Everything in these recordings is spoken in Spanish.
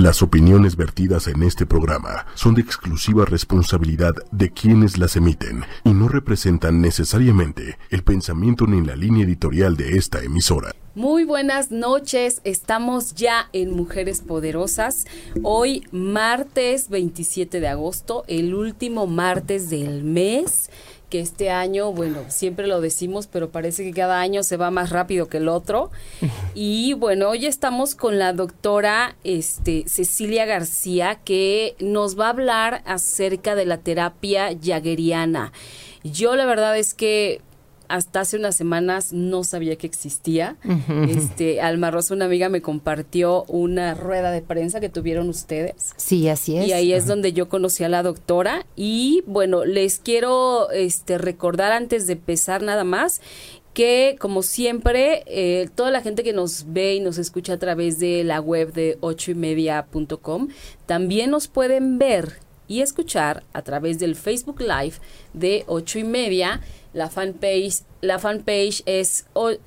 Las opiniones vertidas en este programa son de exclusiva responsabilidad de quienes las emiten y no representan necesariamente el pensamiento ni la línea editorial de esta emisora. Muy buenas noches, estamos ya en Mujeres Poderosas, hoy martes 27 de agosto, el último martes del mes, que este año, bueno, siempre lo decimos, pero parece que cada año se va más rápido que el otro. Y bueno, hoy estamos con la doctora Cecilia García, que nos va a hablar acerca de la terapia jaggeriana. Yo la verdad es que hasta hace unas semanas no sabía que existía. Alma Rosa, una amiga, me compartió una rueda de prensa que tuvieron ustedes. Sí, así es. Y ahí es donde yo conocí a la doctora. Y bueno, les quiero recordar antes de empezar nada más que, como siempre, toda la gente que nos ve y nos escucha a través de la web de 8ymedia.com, también nos pueden ver y escuchar a través del Facebook Live de 8ymedia. La fanpage es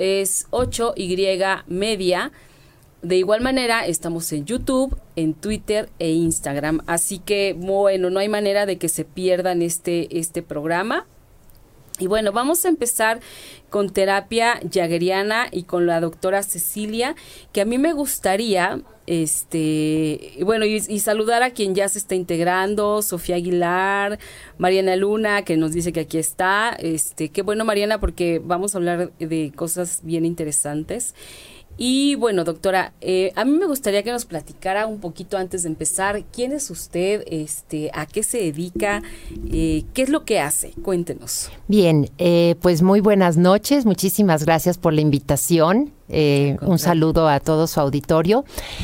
8Y Media. De igual manera, estamos en YouTube, en Twitter e Instagram. Así que, bueno, no hay manera de que se pierdan este programa. Y bueno, vamos a empezar con terapia jaggeriana y con la doctora Cecilia, que a mí me gustaría, bueno, y saludar a quien ya se está integrando, Sofía Aguilar, Mariana Luna, que nos dice que aquí está. Qué bueno, Mariana, porque vamos a hablar de cosas bien interesantes. Y bueno, doctora, a mí me gustaría que nos platicara un poquito antes de empezar, ¿quién es usted? ¿A qué se dedica? ¿Qué es lo que hace? Cuéntenos. Bien, pues muy buenas noches, muchísimas gracias por la invitación. Un saludo a todo su auditorio.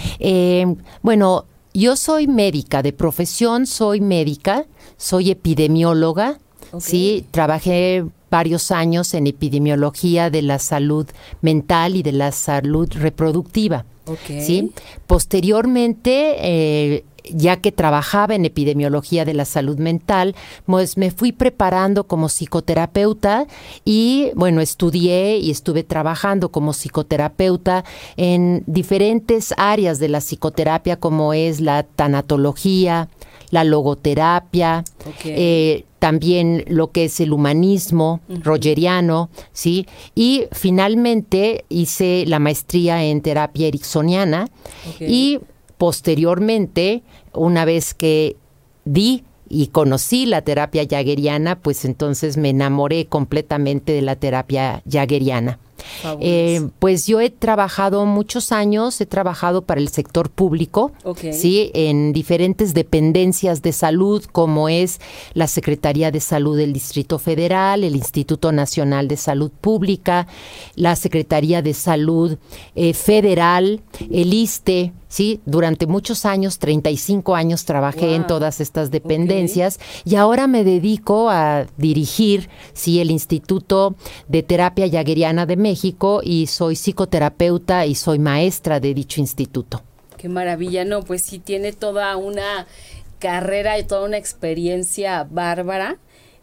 Bueno, yo soy médica, de profesión soy médica, soy epidemióloga. Okay. Sí, trabajé varios años en epidemiología de la salud mental y de la salud reproductiva. Okay. ¿Sí? Posteriormente, ya que trabajaba en epidemiología de la salud mental, pues me fui preparando como psicoterapeuta y, bueno, estudié y estuve trabajando como psicoterapeuta en diferentes áreas de la psicoterapia, como es la tanatología, la logoterapia, okay. También lo que es el humanismo rogeriano, ¿sí? Y finalmente hice la maestría en terapia ericksoniana. Okay. Y posteriormente, una vez que di y conocí la terapia jaggeriana, pues entonces me enamoré completamente de la terapia jaggeriana. Pues yo he trabajado muchos años, he trabajado para el sector público, okay. ¿Sí? En diferentes dependencias de salud, como es la Secretaría de Salud del Distrito Federal, el Instituto Nacional de Salud Pública, la Secretaría de Salud Federal, el ISSSTE. Sí, durante muchos años, 35 años, trabajé en todas estas dependencias, okay. Y ahora me dedico a dirigir, sí, el Instituto de Terapia Jaggeriana de México, y soy psicoterapeuta y soy maestra de dicho instituto. Qué maravilla, ¿no? Pues sí, tiene toda una carrera y toda una experiencia bárbara.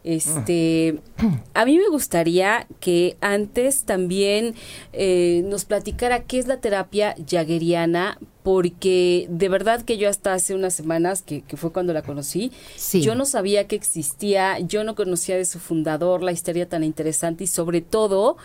A mí me gustaría que antes también nos platicara qué es la terapia jaggeriana, porque de verdad que yo hasta hace unas semanas, que fue cuando la conocí, sí. Yo no sabía que existía, yo no conocía de su fundador, la historia tan interesante y sobre todo,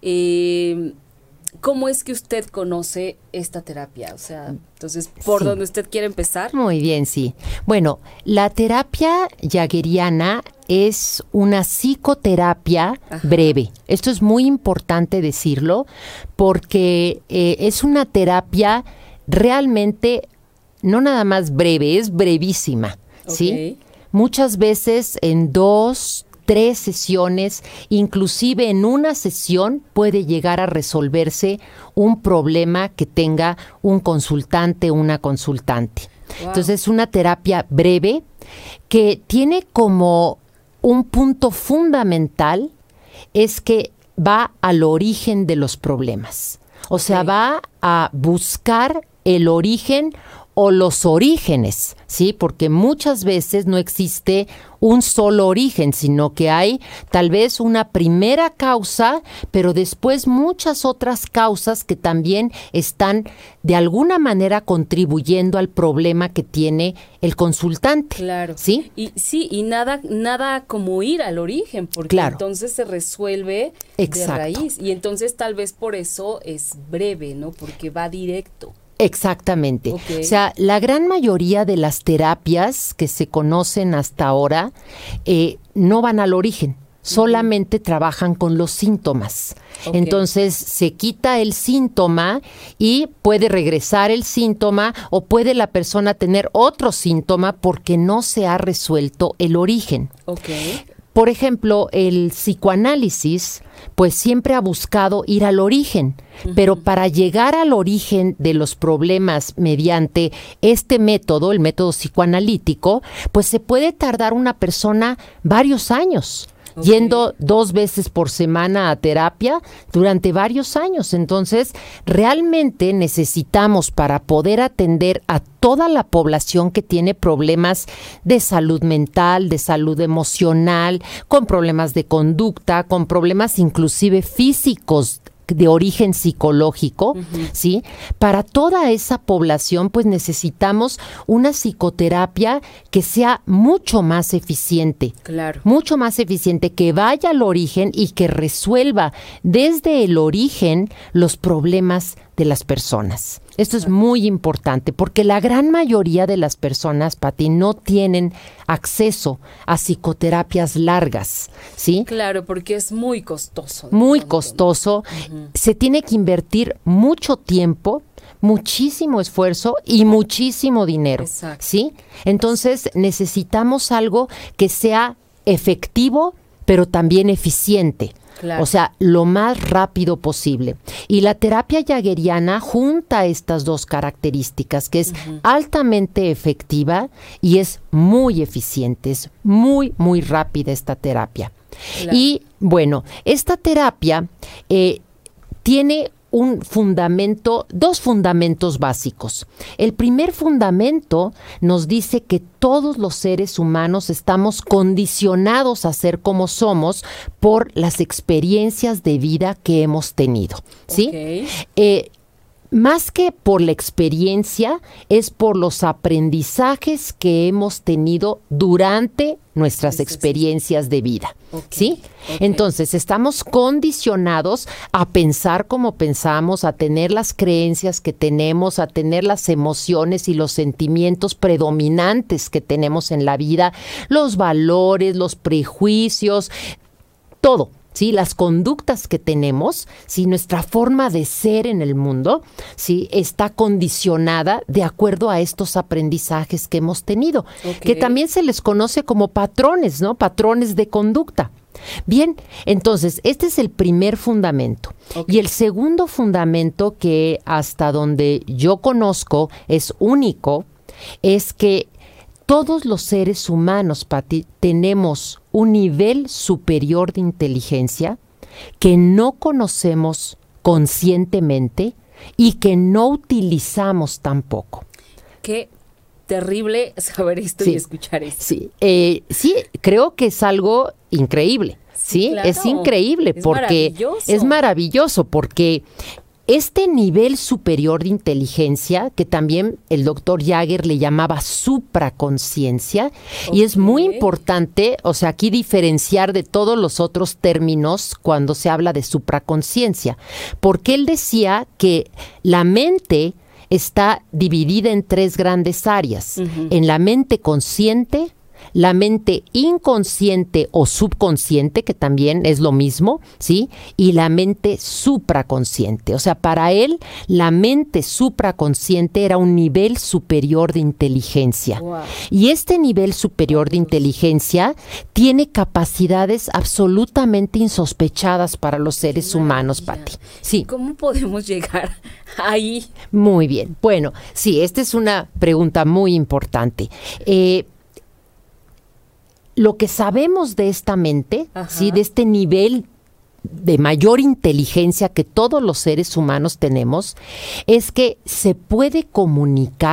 ¿cómo es que usted conoce esta terapia? O sea, entonces, ¿por dónde usted quiere empezar? Muy bien, sí. Bueno, la terapia jaggeriana es una psicoterapia breve. Esto es muy importante decirlo porque es una terapia realmente no nada más breve, es brevísima, ¿sí? Okay. Muchas veces en 2, 3 sesiones, inclusive en una sesión puede llegar a resolverse un problema que tenga un consultante o una consultante. Wow. Entonces es una terapia breve que tiene como un punto fundamental, es que va al origen de los problemas. O sea, va a buscar el origen o los orígenes, ¿sí? Porque muchas veces no existe un solo origen, sino que hay tal vez una primera causa, pero después muchas otras causas que también están de alguna manera contribuyendo al problema que tiene el consultante. Claro. ¿Sí? Y nada como ir al origen, porque entonces se resuelve de raíz. Y entonces tal vez por eso es breve, ¿no? Porque va directo. Exactamente. O sea, la gran mayoría de las terapias que se conocen hasta ahora no van al origen, solamente trabajan con los síntomas. Entonces se quita el síntoma y puede regresar el síntoma o puede la persona tener otro síntoma porque no se ha resuelto el origen. Por ejemplo, el psicoanálisis pues siempre ha buscado ir al origen, pero para llegar al origen de los problemas mediante este método, el método psicoanalítico, pues se puede tardar una persona varios años. Yendo 2 veces por semana a terapia durante varios años. Entonces, realmente necesitamos, para poder atender a toda la población que tiene problemas de salud mental, de salud emocional, con problemas de conducta, con problemas inclusive físicos de origen psicológico, ¿sí? Para toda esa población, pues necesitamos una psicoterapia que sea mucho más eficiente. Mucho más eficiente, que vaya al origen y que resuelva desde el origen los problemas de las personas. Esto es muy importante porque la gran mayoría de las personas, Pati, no tienen acceso a psicoterapias largas, ¿sí? Claro, porque es muy costoso. Muy costoso. Se tiene que invertir mucho tiempo, muchísimo esfuerzo y muchísimo dinero, ¿sí? Entonces necesitamos algo que sea efectivo, pero también eficiente. O sea, lo más rápido posible. Y la terapia jaggeriana junta estas dos características, que es altamente efectiva y es muy eficiente, es muy, muy rápida esta terapia. Y bueno, esta terapia tiene dos fundamentos básicos. El primer fundamento nos dice que todos los seres humanos estamos condicionados a ser como somos por las experiencias de vida que hemos tenido, ¿sí? Más que por la experiencia, es por los aprendizajes que hemos tenido durante nuestras experiencias de vida, ¿sí? Entonces, estamos condicionados a pensar como pensamos, a tener las creencias que tenemos, a tener las emociones y los sentimientos predominantes que tenemos en la vida, los valores, los prejuicios, todo. ¿Sí? Las conductas que tenemos, ¿sí? Nuestra forma de ser en el mundo, ¿sí? Está condicionada de acuerdo a estos aprendizajes que hemos tenido, que también se les conoce como patrones, ¿no? Patrones de conducta. Bien, entonces, este es el primer fundamento. Y el segundo fundamento, que hasta donde yo conozco es único, es que todos los seres humanos, Pati, tenemos un nivel superior de inteligencia que no conocemos conscientemente y que no utilizamos tampoco. Qué terrible saber esto y escuchar esto. Sí, creo que es algo increíble. Sí, claro. Es increíble porque es maravilloso porque este nivel superior de inteligencia, que también el doctor Jagger le llamaba supraconciencia, y es muy importante, o sea, aquí diferenciar de todos los otros términos cuando se habla de supraconciencia, porque él decía que la mente está dividida en 3 grandes áreas, en la mente consciente, la mente inconsciente o subconsciente, que también es lo mismo, ¿sí? Y la mente supraconsciente. O sea, para él, la mente supraconsciente era un nivel superior de inteligencia. Wow. Y este nivel superior de inteligencia tiene capacidades absolutamente insospechadas para los seres humanos, Pati. Sí. ¿Cómo podemos llegar ahí? Muy bien. Bueno, sí, esta es una pregunta muy importante. Lo que sabemos de esta mente, ¿sí? De este nivel de mayor inteligencia que todos los seres humanos tenemos, es que se puede comunicar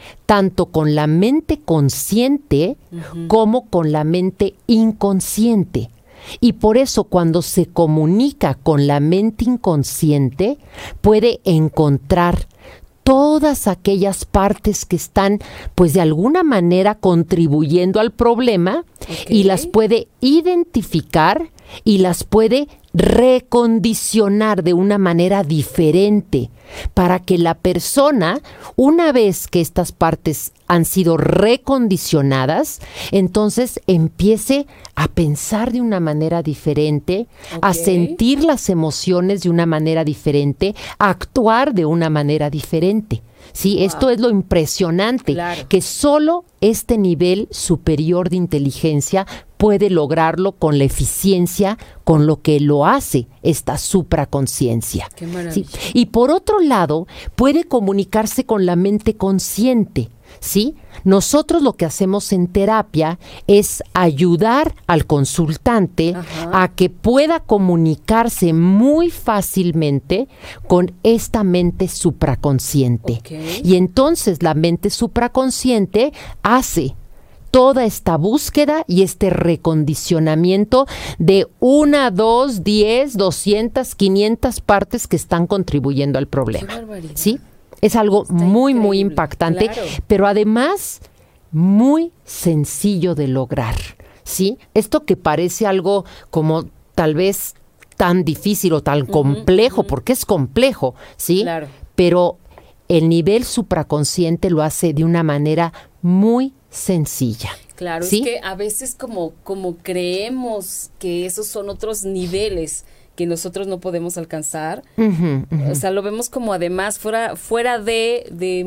tanto con la mente consciente como con la mente inconsciente. Y por eso cuando se comunica con la mente inconsciente, puede encontrar todas aquellas partes que están, pues de alguna manera contribuyendo al problema, y las puede identificar y las puede recondicionar de una manera diferente para que la persona, una vez que estas partes han sido recondicionadas, entonces empiece a pensar de una manera diferente, a sentir las emociones de una manera diferente, a actuar de una manera diferente. Sí, esto es lo impresionante, que solo este nivel superior de inteligencia puede lograrlo con la eficiencia con lo que lo hace esta supraconciencia. Qué maravilla. ¿Sí? Y por otro lado, puede comunicarse con la mente consciente. ¿Sí? Nosotros lo que hacemos en terapia es ayudar al consultante a que pueda comunicarse muy fácilmente con esta mente supraconsciente. Y entonces la mente supraconsciente hace toda esta búsqueda y este recondicionamiento de 1, 2, 10, 200, 500 partes que están contribuyendo al problema. ¿Sí? Es algo muy impactante, pero además muy sencillo de lograr, ¿sí? Esto que parece algo como tal vez tan difícil o tan complejo, porque es complejo, ¿sí? Pero el nivel supraconsciente lo hace de una manera muy sencilla. Claro, ¿sí? Es que a veces como creemos que esos son otros niveles que nosotros no podemos alcanzar, o sea, lo vemos como además fuera de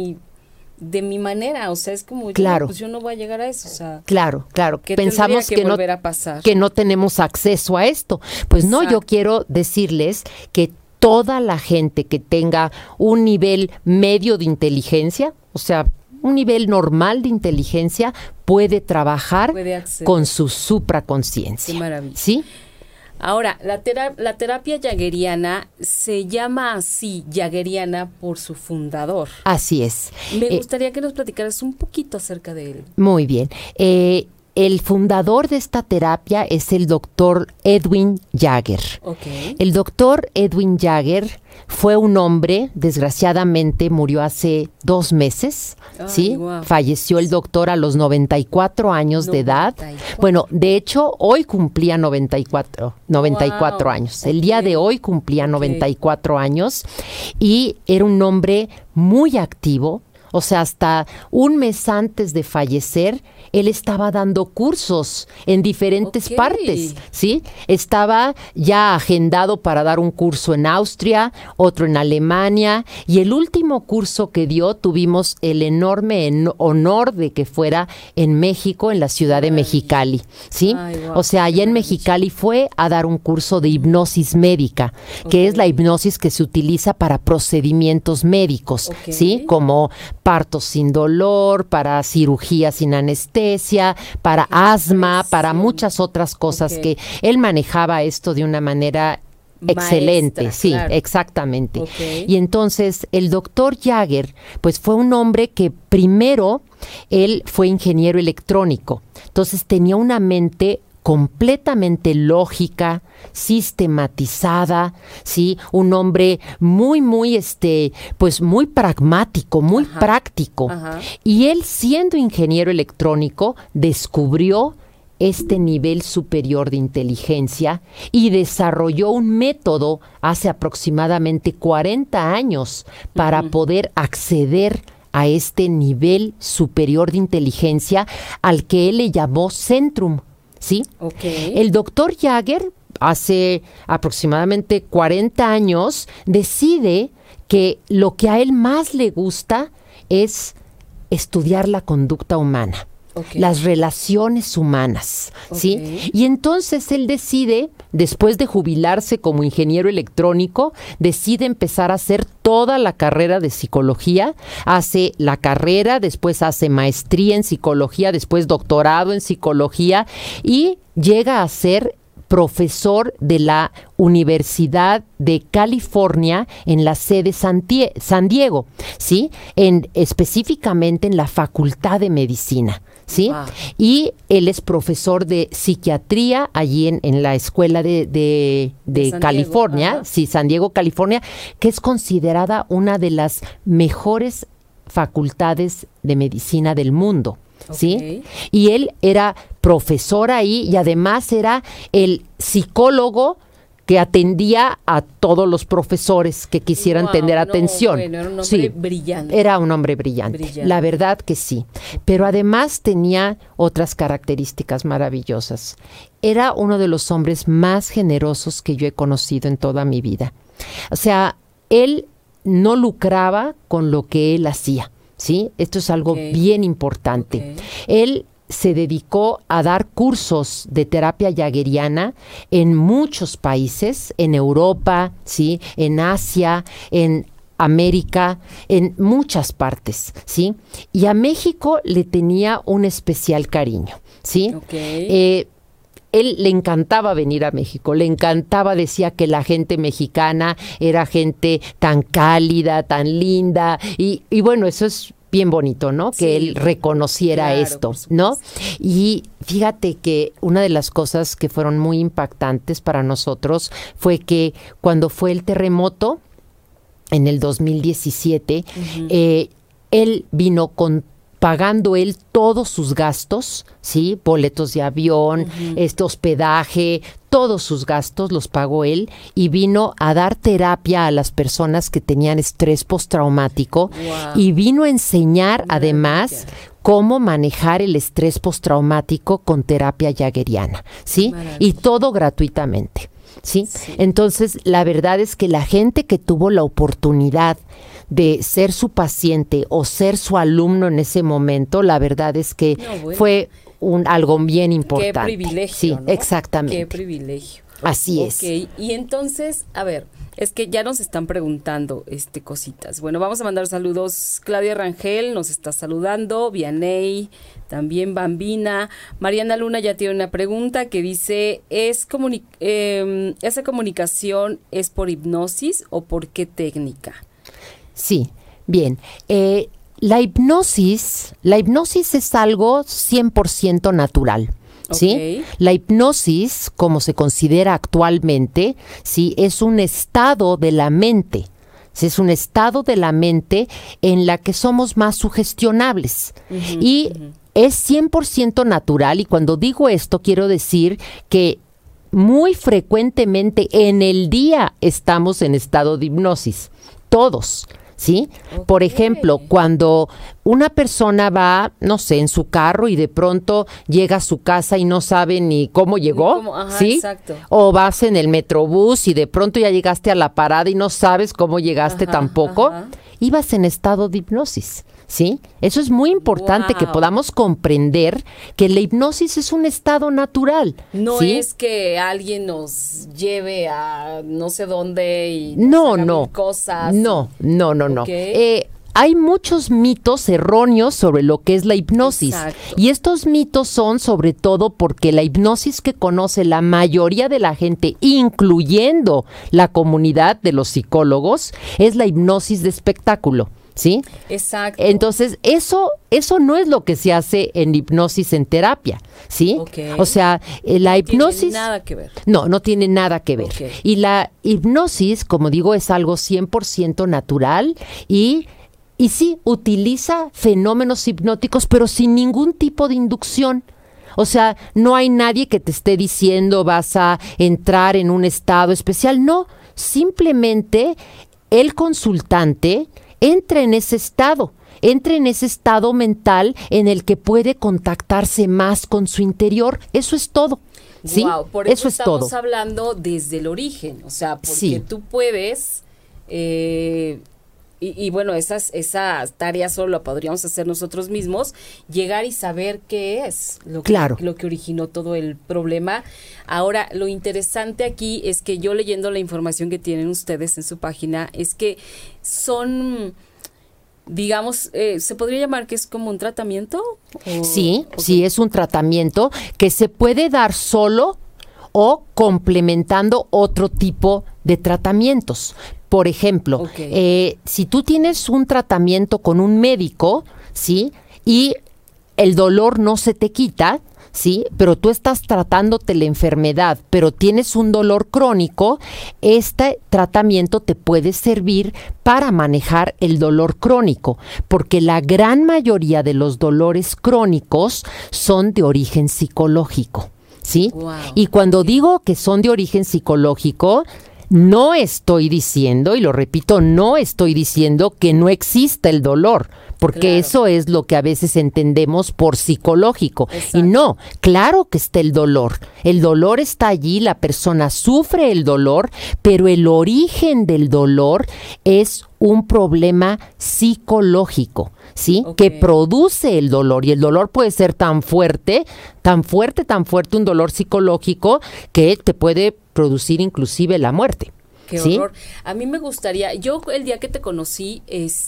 mi manera, o sea, es como, pues yo no voy a llegar a eso, o sea. Claro, que pensamos que volver a pasar. Que no tenemos acceso a esto. Pues no, yo quiero decirles que toda la gente que tenga un nivel medio de inteligencia, o sea, un nivel normal de inteligencia, puede trabajar con su supraconsciencia. Qué maravilla. ¿Sí? Ahora, la terapia jaggeriana se llama así, jaggeriana, por su fundador. Así es. Me gustaría que nos platicaras un poquito acerca de él. Muy bien. El fundador de esta terapia es el doctor Edwin Jagger. El doctor Edwin Jagger fue un hombre, desgraciadamente murió hace 2 meses, ¿sí? Wow. Falleció el doctor a los 94 años de edad. Bueno, de hecho, hoy cumplía 94 años. El día de hoy cumplía 94 años y era un hombre muy activo. O sea, hasta un mes antes de fallecer, él estaba dando cursos en diferentes partes, ¿sí? Estaba ya agendado para dar un curso en Austria, otro en Alemania, y el último curso que dio tuvimos el enorme honor de que fuera en México, en la ciudad de Mexicali, ¿sí? O sea, allá en Mexicali fue a dar un curso de hipnosis médica, que es la hipnosis que se utiliza para procedimientos médicos, ¿sí? Como partos sin dolor, para cirugía sin anestesia, para asma, para muchas otras cosas que él manejaba esto de una manera excelente. Maestra, sí, exactamente. Y entonces el doctor Jagger, pues fue un hombre que primero, él fue ingeniero electrónico, entonces tenía una mente completamente lógica, sistematizada, ¿sí? Un hombre muy pues muy pragmático, muy práctico. Y él, siendo ingeniero electrónico, descubrió este nivel superior de inteligencia y desarrolló un método hace aproximadamente 40 años para poder acceder a este nivel superior de inteligencia al que él le llamó Centrum. ¿Sí? El doctor Jagger, hace aproximadamente 40 años, decide que lo que a él más le gusta es estudiar la conducta humana, las relaciones humanas, ¿sí? Y entonces él decide, después de jubilarse como ingeniero electrónico, decide empezar a hacer toda la carrera de psicología, hace la carrera, después hace maestría en psicología, después doctorado en psicología y llega a ser profesor de la Universidad de California en la sede San Diego, ¿sí? Específicamente en la Facultad de Medicina, ¿sí? Wow. Y él es profesor de psiquiatría allí en la escuela de San California, Diego, sí, San Diego, California, que es considerada una de las mejores facultades de medicina del mundo. ¿Sí? Ok. Y él era profesor ahí y además era el psicólogo que atendía a todos los profesores que quisieran Wow, tener no, atención. bueno, era un hombre Sí, brillante. era un hombre brillante, la verdad que sí. Pero además tenía otras características maravillosas. Era uno de los hombres más generosos que yo he conocido en toda mi vida. O sea, él no lucraba con lo que él hacía, ¿sí? Esto es algo bien importante. Él se dedicó a dar cursos de terapia jaggeriana en muchos países, en Europa, ¿sí? En Asia, en América, en muchas partes, ¿sí? Y a México le tenía un especial cariño, ¿sí? Él le encantaba venir a México, le encantaba, decía que la gente mexicana era gente tan cálida, tan linda, y bueno, eso es bien bonito, ¿no? Sí, que él reconociera esto, ¿no? Y fíjate que una de las cosas que fueron muy impactantes para nosotros fue que cuando fue el terremoto en el 2017, él vino pagando él todos sus gastos, ¿sí? Boletos de avión, hospedaje, todos sus gastos los pagó él y vino a dar terapia a las personas que tenían estrés postraumático y vino a enseñar además cómo manejar el estrés postraumático con terapia jaggeriana, ¿sí? Y todo gratuitamente, ¿sí? Entonces, la verdad es que la gente que tuvo la oportunidad de ser su paciente o ser su alumno en ese momento, la verdad es que fue algo bien importante. Qué privilegio, sí, ¿no? exactamente. Qué privilegio. Así es. Y entonces, a ver, es que ya nos están preguntando cositas. Bueno, vamos a mandar saludos. Claudia Rangel nos está saludando, Vianey, también Bambina. Mariana Luna ya tiene una pregunta que dice, ¿esa comunicación es por hipnosis o por qué técnica? Sí, bien. La hipnosis es algo 100% natural, ¿sí? La hipnosis, como se considera actualmente, ¿sí? Es un estado de la mente. Es un estado de la mente en la que somos más sugestionables. Y es 100% natural. Y cuando digo esto, quiero decir que muy frecuentemente en el día estamos en estado de hipnosis. Todos. ¿Sí? Por ejemplo, cuando una persona va, no sé, en su carro y de pronto llega a su casa y no sabe ni cómo llegó, ¿sí? Exacto. O vas en el metrobús y de pronto ya llegaste a la parada y no sabes cómo llegaste tampoco, ibas en estado de hipnosis, ¿sí? Eso es muy importante que podamos comprender que la hipnosis es un estado natural. No ¿sí? es que alguien nos lleve a no sé dónde y no, mil cosas. No. Okay. Hay muchos mitos erróneos sobre lo que es la hipnosis. Exacto. Y estos mitos son sobre todo porque la hipnosis que conoce la mayoría de la gente, incluyendo la comunidad de los psicólogos, es la hipnosis de espectáculo. ¿Sí? Exacto. Entonces, eso no es lo que se hace en hipnosis en terapia, ¿sí? O sea, la hipnosis... No tiene nada que ver. No tiene nada que ver. Y la hipnosis, como digo, es algo 100% natural y sí, utiliza fenómenos hipnóticos, pero sin ningún tipo de inducción. O sea, no hay nadie que te esté diciendo vas a entrar en un estado especial. No, simplemente el consultante entra en ese estado mental en el que puede contactarse más con su interior. Eso es todo. ¿Sí? Wow, por eso es todo. Estamos hablando desde el origen, o sea, porque tú puedes, y bueno, esa tarea solo la podríamos hacer nosotros mismos, llegar y saber qué es lo que originó todo el problema. Ahora, lo interesante aquí es que yo leyendo la información que tienen ustedes en su página, es que son... digamos, ¿se podría llamar que es como un tratamiento? Sí, es un tratamiento que se puede dar solo o complementando otro tipo de tratamientos. Por ejemplo, si tú tienes un tratamiento con un médico, ¿sí? Y el dolor no se te quita, ¿sí? Pero tú estás tratándote la enfermedad, pero tienes un dolor crónico, este tratamiento te puede servir para manejar el dolor crónico, porque la gran mayoría de los dolores crónicos son de origen psicológico, ¿sí? Wow. Y cuando digo que son de origen psicológico, no estoy diciendo, y lo repito, no estoy diciendo que no exista el dolor, porque eso es lo que a veces entendemos por psicológico. Exacto. Y no, claro que está el dolor está allí, la persona sufre el dolor, pero el origen del dolor es un problema psicológico, ¿sí? Que produce el dolor, y el dolor puede ser tan fuerte, un dolor psicológico que te puede producir inclusive la muerte. Qué ¿sí? horror. A mí me gustaría, yo el día que te conocí,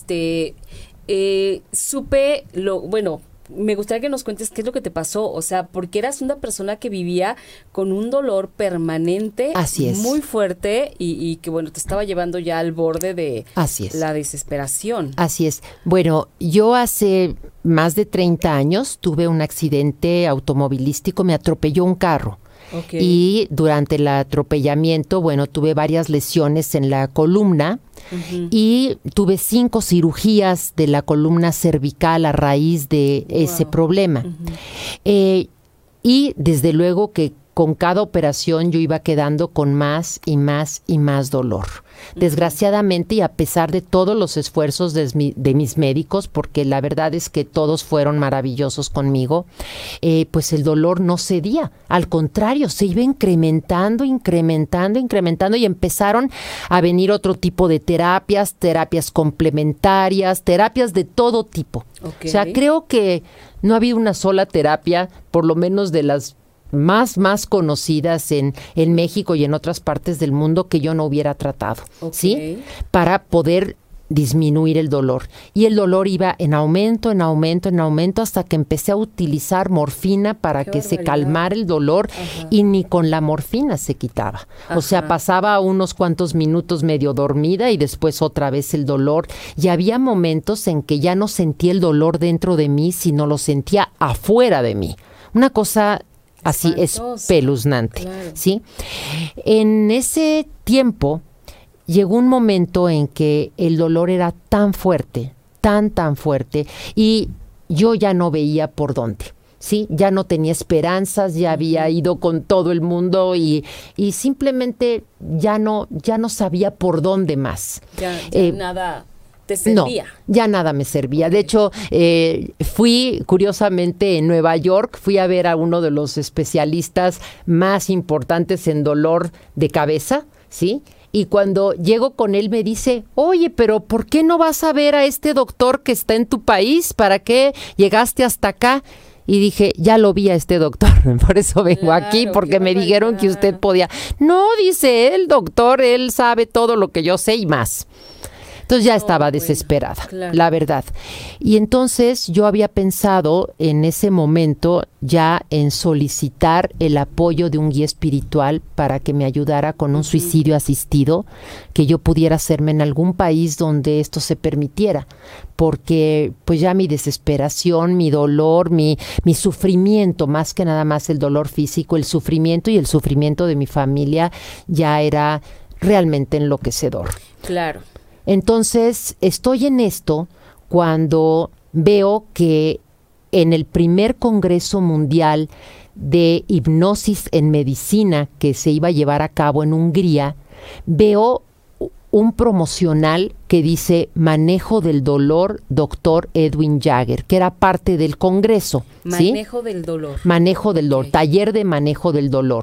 supe me gustaría que nos cuentes qué es lo que te pasó, o sea, porque eras una persona que vivía con un dolor permanente, así es, muy fuerte y que te estaba llevando ya al borde de así es, la desesperación. Así es. Bueno, yo hace más de 30 años tuve un accidente automovilístico, me atropelló un carro. Y durante el atropellamiento, tuve varias lesiones en la columna y tuve 5 cirugías de la columna cervical a raíz de ese problema. Y desde luego que con cada operación yo iba quedando con más y más y más dolor. Desgraciadamente, y a pesar de todos los esfuerzos de mis médicos, porque la verdad es que todos fueron maravillosos conmigo, pues el dolor no cedía. Al contrario, se iba incrementando y empezaron a venir otro tipo de terapias complementarias, terapias de todo tipo. O sea, creo que no ha habido una sola terapia, por lo menos de las más conocidas en México y en otras partes del mundo, que yo no hubiera tratado, ¿sí? Para poder disminuir el dolor. Y el dolor iba en aumento, hasta que empecé a utilizar morfina para que se calmara el dolor. Y ni con la morfina se quitaba. O sea, pasaba unos cuantos minutos medio dormida y después otra vez el dolor. Y había momentos en que ya no sentía el dolor dentro de mí, sino lo sentía afuera de mí. Una cosa así espeluznante, claro. ¿Sí? En ese tiempo llegó un momento en que el dolor era tan fuerte, tan fuerte, y yo ya no veía por dónde, ¿sí? Ya no tenía esperanzas, ya había ido con todo el mundo y simplemente ya no sabía por dónde más. Ya nada te servía. No, ya nada me servía. De hecho, fui curiosamente en Nueva York, fui a ver a uno de los especialistas más importantes en dolor de cabeza, ¿sí? Y cuando llego con él me dice, oye, pero ¿por qué no vas a ver a este doctor que está en tu país? ¿Para qué llegaste hasta acá? Y dije, ya lo vi a este doctor, por eso vengo aquí, porque me dijeron que usted podía. No, dice él, doctor, él sabe todo lo que yo sé y más. Entonces ya estaba desesperada, claro. La verdad. Y entonces yo había pensado en ese momento ya en solicitar el apoyo de un guía espiritual para que me ayudara con un suicidio asistido, que yo pudiera hacerme en algún país donde esto se permitiera, porque pues ya mi desesperación, mi dolor, mi sufrimiento, más que nada más el dolor físico, el sufrimiento y el sufrimiento de mi familia ya era realmente enloquecedor. Claro. Entonces, estoy en esto cuando veo que en el primer Congreso Mundial de Hipnosis en Medicina que se iba a llevar a cabo en Hungría, veo un promocional que dice Manejo del Dolor, Dr. Edwin Jagger, que era parte del Congreso. Manejo del dolor. Manejo del dolor, taller de manejo del dolor.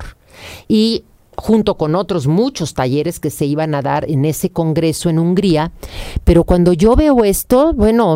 Y junto con otros muchos talleres que se iban a dar en ese congreso en Hungría, pero cuando yo veo esto,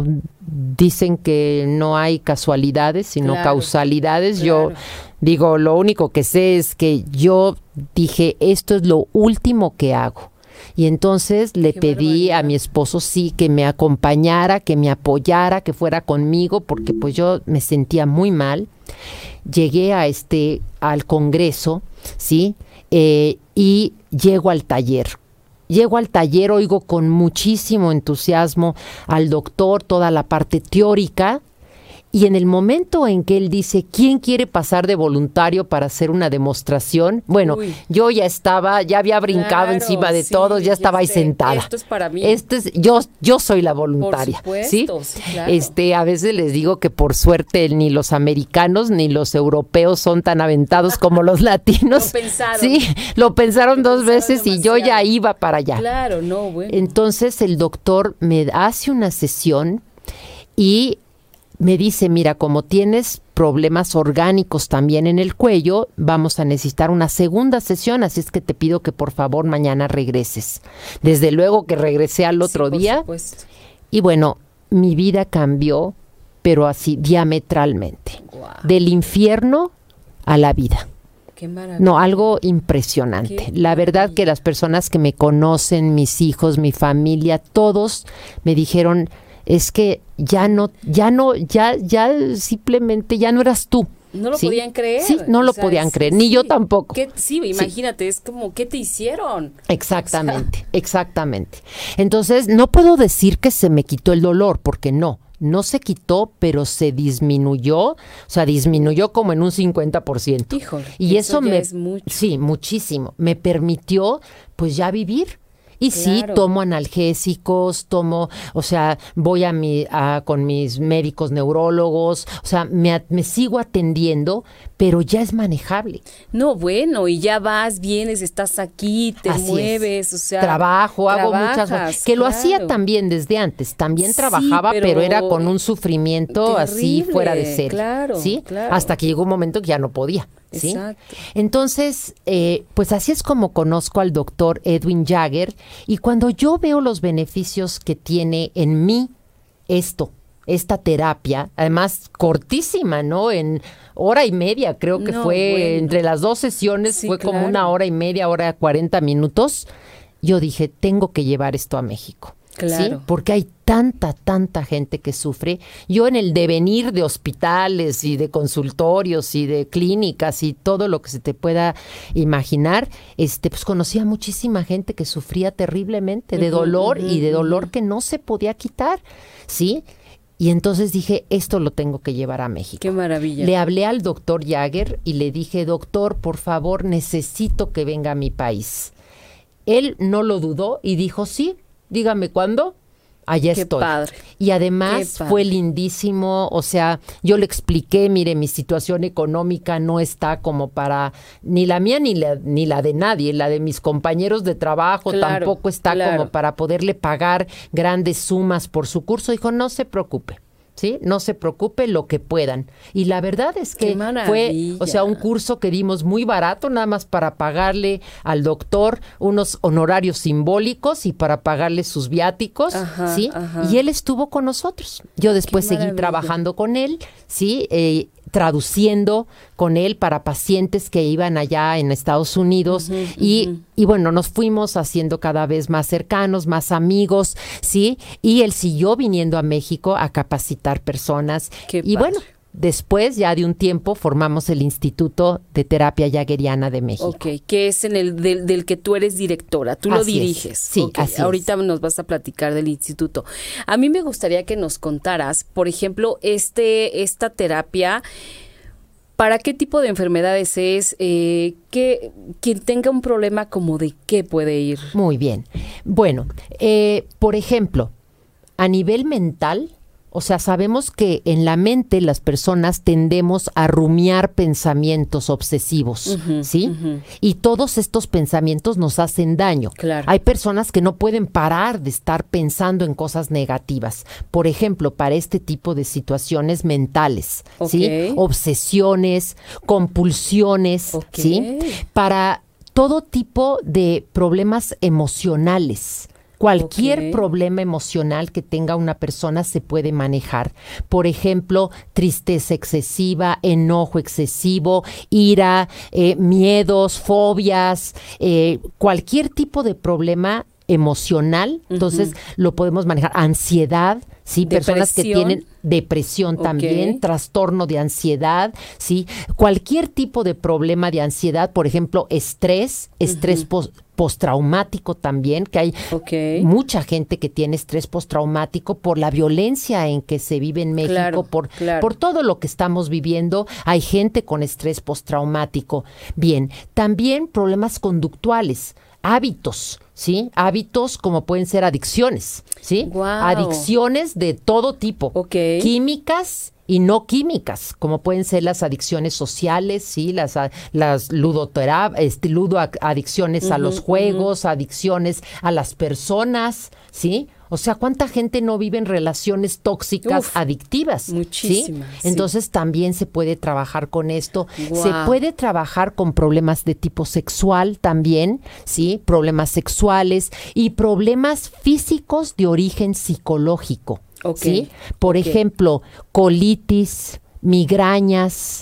dicen que no hay casualidades, sino causalidades. Claro. Yo digo, lo único que sé es que yo dije, esto es lo último que hago. Y entonces le pedí a mi esposo, que me acompañara, que me apoyara, que fuera conmigo, porque pues yo me sentía muy mal. llegué al Congreso, ¿sí? Y llego al taller. Oigo con muchísimo entusiasmo al doctor toda la parte teórica, y en el momento en que él dice, ¿quién quiere pasar de voluntario para hacer una demostración? Bueno, yo ya había brincado encima de todos, ya estaba ahí sentada. Esto es para mí. Yo soy la voluntaria. Por supuesto, ¿sí? Claro. A veces les digo que por suerte ni los americanos ni los europeos son tan aventados como los latinos. Lo pensaron. Sí, lo pensaron dos veces demasiado. Y yo ya iba para allá. Claro, no, bueno. Entonces el doctor me hace una sesión y me dice, mira, como tienes problemas orgánicos también en el cuello, vamos a necesitar una segunda sesión, así es que te pido que por favor mañana regreses. Desde luego que regresé al otro día. Supuesto. Y bueno, mi vida cambió, pero así diametralmente. Wow. Del infierno a la vida. Qué maravilla. No, algo impresionante. Qué La verdad que las personas que me conocen, mis hijos, mi familia, todos me dijeron, es que ya simplemente ya no eras tú. No lo ¿sí? podían creer. Sí, no lo podían creer, ni yo tampoco. Sí, imagínate, es como, ¿qué te hicieron? Exactamente, exactamente. Entonces, no puedo decir que se me quitó el dolor, porque no se quitó, pero se disminuyó, disminuyó como en un 50%. Híjole, y eso ya es mucho. Sí, muchísimo. Me permitió, pues, ya vivir. Y claro. Sí, tomo analgésicos, voy con mis médicos neurólogos, me sigo atendiendo, pero ya es manejable. No, bueno, y ya vas, vienes, estás aquí, te Así mueves, es. Hago muchas cosas. Que lo hacía también desde antes, también trabajaba, pero era con un sufrimiento terrible, así fuera de serie. Claro, ¿sí? Claro. Hasta que llegó un momento que ya no podía. ¿sí? Exacto. Entonces, pues así es como conozco al doctor Edwin Jagger, y cuando yo veo los beneficios que tiene en mí esta terapia, además cortísima, ¿no? En hora y media, creo que fue, entre las dos sesiones, fue como una hora y media, hora 40 minutos, yo dije, tengo que llevar esto a México. Claro. ¿sí? Porque hay tanta gente que sufre. Yo en el devenir de hospitales y de consultorios y de clínicas y todo lo que se te pueda imaginar, pues conocía muchísima gente que sufría terriblemente de dolor y de dolor que no se podía quitar, ¿sí? Y entonces dije, esto lo tengo que llevar a México. ¡Qué maravilla! Le hablé al doctor Jagger y le dije, doctor, por favor, necesito que venga a mi país. Él no lo dudó y dijo, sí, dígame cuándo. Allá Qué estoy. Padre. Y además fue lindísimo, yo le expliqué, mire, mi situación económica no está como para, ni la mía ni la de nadie, la de mis compañeros de trabajo tampoco está como para poderle pagar grandes sumas por su curso. Dijo, no se preocupe. ¿Sí? No se preocupe, lo que puedan. Y la verdad es que fue, un curso que dimos muy barato, nada más para pagarle al doctor unos honorarios simbólicos y para pagarle sus viáticos, ¿sí? Y él estuvo con nosotros. Yo después seguí trabajando con él, ¿sí? Traduciendo con él para pacientes que iban allá en Estados Unidos y bueno, nos fuimos haciendo cada vez más cercanos, más amigos, ¿sí? Y él siguió viniendo a México a capacitar personas. Y bueno, después ya de un tiempo formamos el Instituto de Terapia Jaggeriana de México. Ok, que es en el del que tú eres directora, tú lo diriges. Sí, así ahorita nos vas a platicar del instituto. A mí me gustaría que nos contaras, por ejemplo, esta terapia, ¿para qué tipo de enfermedades es? Quien tenga un problema, ¿como de qué puede ir? Muy bien. Bueno, por ejemplo, a nivel mental, sabemos que en la mente las personas tendemos a rumiar pensamientos obsesivos, ¿sí? Y todos estos pensamientos nos hacen daño. Claro. Hay personas que no pueden parar de estar pensando en cosas negativas. Por ejemplo, para este tipo de situaciones mentales, ¿sí? Obsesiones, compulsiones, ¿sí? Para todo tipo de problemas emocionales. Cualquier problema emocional que tenga una persona se puede manejar. Por ejemplo, tristeza excesiva, enojo excesivo, ira, miedos, fobias, cualquier tipo de problema emocional, entonces lo podemos manejar. Ansiedad, sí, personas que tienen depresión también, trastorno de ansiedad, sí, cualquier tipo de problema de ansiedad, por ejemplo, estrés postraumático también, que hay mucha gente que tiene estrés postraumático por la violencia en que se vive en México, por todo lo que estamos viviendo, hay gente con estrés postraumático. Bien, también problemas conductuales, hábitos, ¿sí? Hábitos como pueden ser adicciones, ¿sí? Wow. Adicciones de todo tipo, químicas y no químicas, como pueden ser las adicciones sociales, ¿sí? Las adicciones a los juegos, adicciones a las personas, ¿sí? O sea, ¿cuánta gente no vive en relaciones tóxicas adictivas? Muchísimas. ¿Sí? Entonces también se puede trabajar con esto. Wow. Se puede trabajar con problemas de tipo sexual también, ¿sí? Problemas sexuales y problemas físicos de origen psicológico. ¿Sí? Por ejemplo, colitis, migrañas,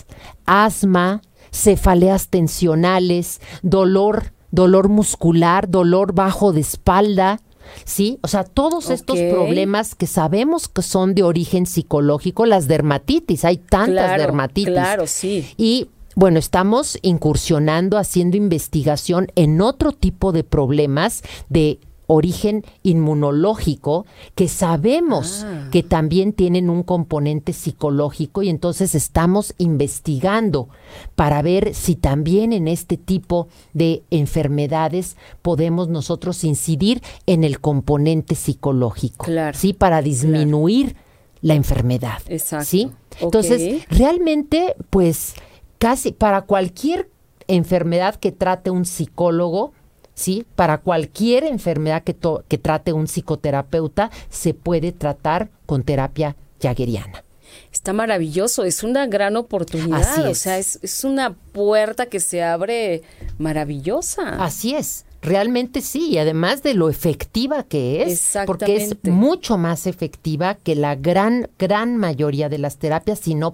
asma, cefaleas tensionales, dolor muscular, dolor bajo de espalda, ¿sí? O sea, todos estos problemas que sabemos que son de origen psicológico, las dermatitis, hay tantas dermatitis. Claro, sí. Y bueno, estamos incursionando, haciendo investigación en otro tipo de problemas de origen inmunológico que sabemos que también tienen un componente psicológico y entonces estamos investigando para ver si también en este tipo de enfermedades podemos nosotros incidir en el componente psicológico, ¿sí? Para disminuir la enfermedad. Exacto. ¿Sí? Entonces, realmente, pues, casi para cualquier enfermedad que trate un psicólogo, ¿sí? Para cualquier enfermedad que trate un psicoterapeuta, se puede tratar con terapia jaggeriana. Está maravilloso, es una gran oportunidad. Así es. O sea, es una puerta que se abre maravillosa. Así es. Realmente sí, y además de lo efectiva que es, porque es mucho más efectiva que la gran mayoría de las terapias, sino